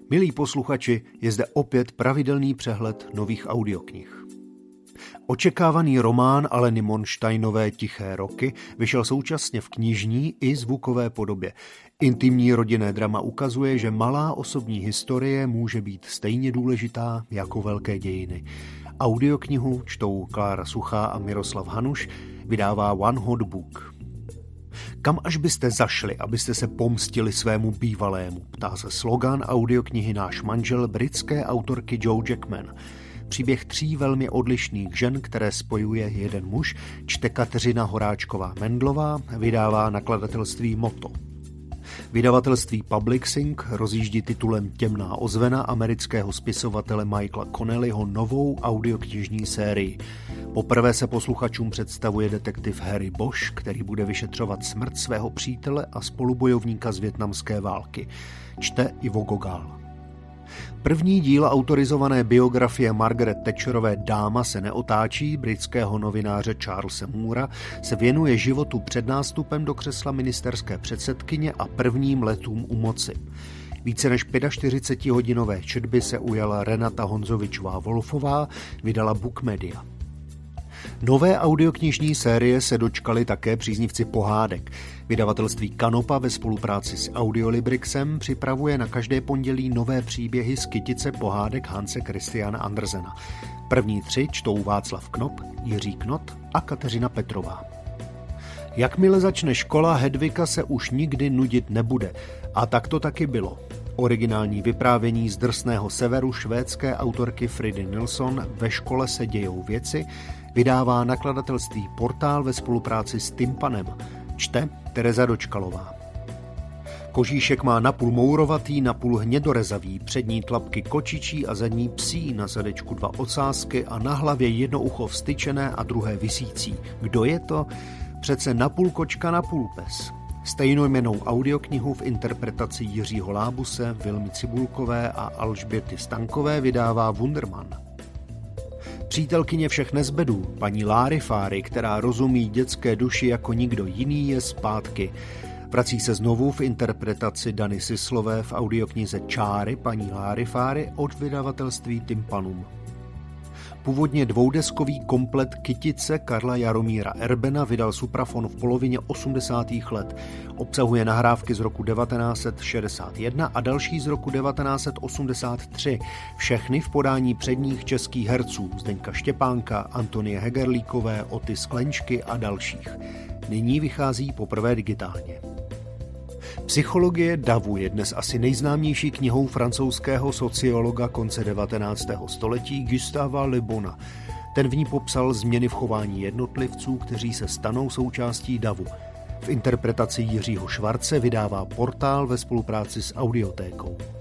Milí posluchači, je zde opět pravidelný přehled nových audioknih. Očekávaný román Aleny Monštejnové Tiché roky vyšel současně v knižní i zvukové podobě. Intimní rodinné drama ukazuje, že malá osobní historie může být stejně důležitá jako velké dějiny. Audioknihu čtou Klára Suchá a Miroslav Hanuš, vydává One Hot Book. Kam až byste zašli, abyste se pomstili svému bývalému, ptá se slogan audioknihy Náš manžel britské autorky Joe Jackman. Příběh 3 velmi odlišných žen, které spojuje jeden muž, čte Kateřina Horáčková-Mendlová, vydává nakladatelství Moto. Vydavatelství Publixing rozjíždí titulem Temná ozvena amerického spisovatele Michaela Connellyho novou audioknižní sérii. Poprvé se posluchačům představuje detektiv Harry Bosch, který bude vyšetřovat smrt svého přítele a spolubojovníka z vietnamské války. Čte Ivo Gogál. První díl autorizované biografie Margaret Thatcherové Dáma se neotáčí britského novináře Charlesa Moora se věnuje životu před nástupem do křesla ministerské předsedkyně a prvním letům u moci. Více než 45hodinové četby se ujala Renata Honzovičová-Wolfová, vydala Book Media. Nové audioknižní série se dočkali také příznivci pohádek. Vydavatelství Kanopa ve spolupráci s Audiolibrixem připravuje na každé pondělí nové příběhy z kytice pohádek Hanse Christiana Andersena. První 3 čtou Václav Knop, Jiří Knot a Kateřina Petrová. Jakmile začne škola, Hedvika se už nikdy nudit nebude. A tak to taky bylo. Originální vyprávění z drsného severu švédské autorky Fridy Nilsson Ve škole se dějou věci vydává nakladatelství Portál ve spolupráci s Tympanem. Čte Tereza Dočkalová. Kožíšek má napůl mourovatý, napůl hnědorezavý, přední tlapky kočičí a zadní psí, na zadečku 2 ocásky a na hlavě jedno ucho vstyčené a druhé visící. Kdo je to? Přece napůl kočka, napůl pes. Stejnojmennou audioknihu v interpretaci Jiřího Lábuse, Vilmy Cibulkové a Alžběty Stankové vydává Wunderman. Přítelkyně všech nezbedů, paní Lárifáry, která rozumí dětské duši jako nikdo jiný, je zpátky. Vrací se znovu v interpretaci Dany Sislové v audioknize Čáry paní Lárifáry od vydavatelství Tympanum. Původně 2deskový komplet kytice Karla Jaromíra Erbena vydal Suprafon v polovině 80. let. Obsahuje nahrávky z roku 1961 a další z roku 1983. Všechny v podání předních českých herců Zdeňka Štěpánka, Antonie Hegerlíkové, Oty Sklenčky a dalších. Nyní vychází poprvé digitálně. Psychologie davu je dnes asi nejznámější knihou francouzského sociologa konce 19. století Gustava Le Bona. Ten v ní popsal změny v chování jednotlivců, kteří se stanou součástí davu. V interpretaci Jiřího Švarce vydává Portál ve spolupráci s Audiotékou.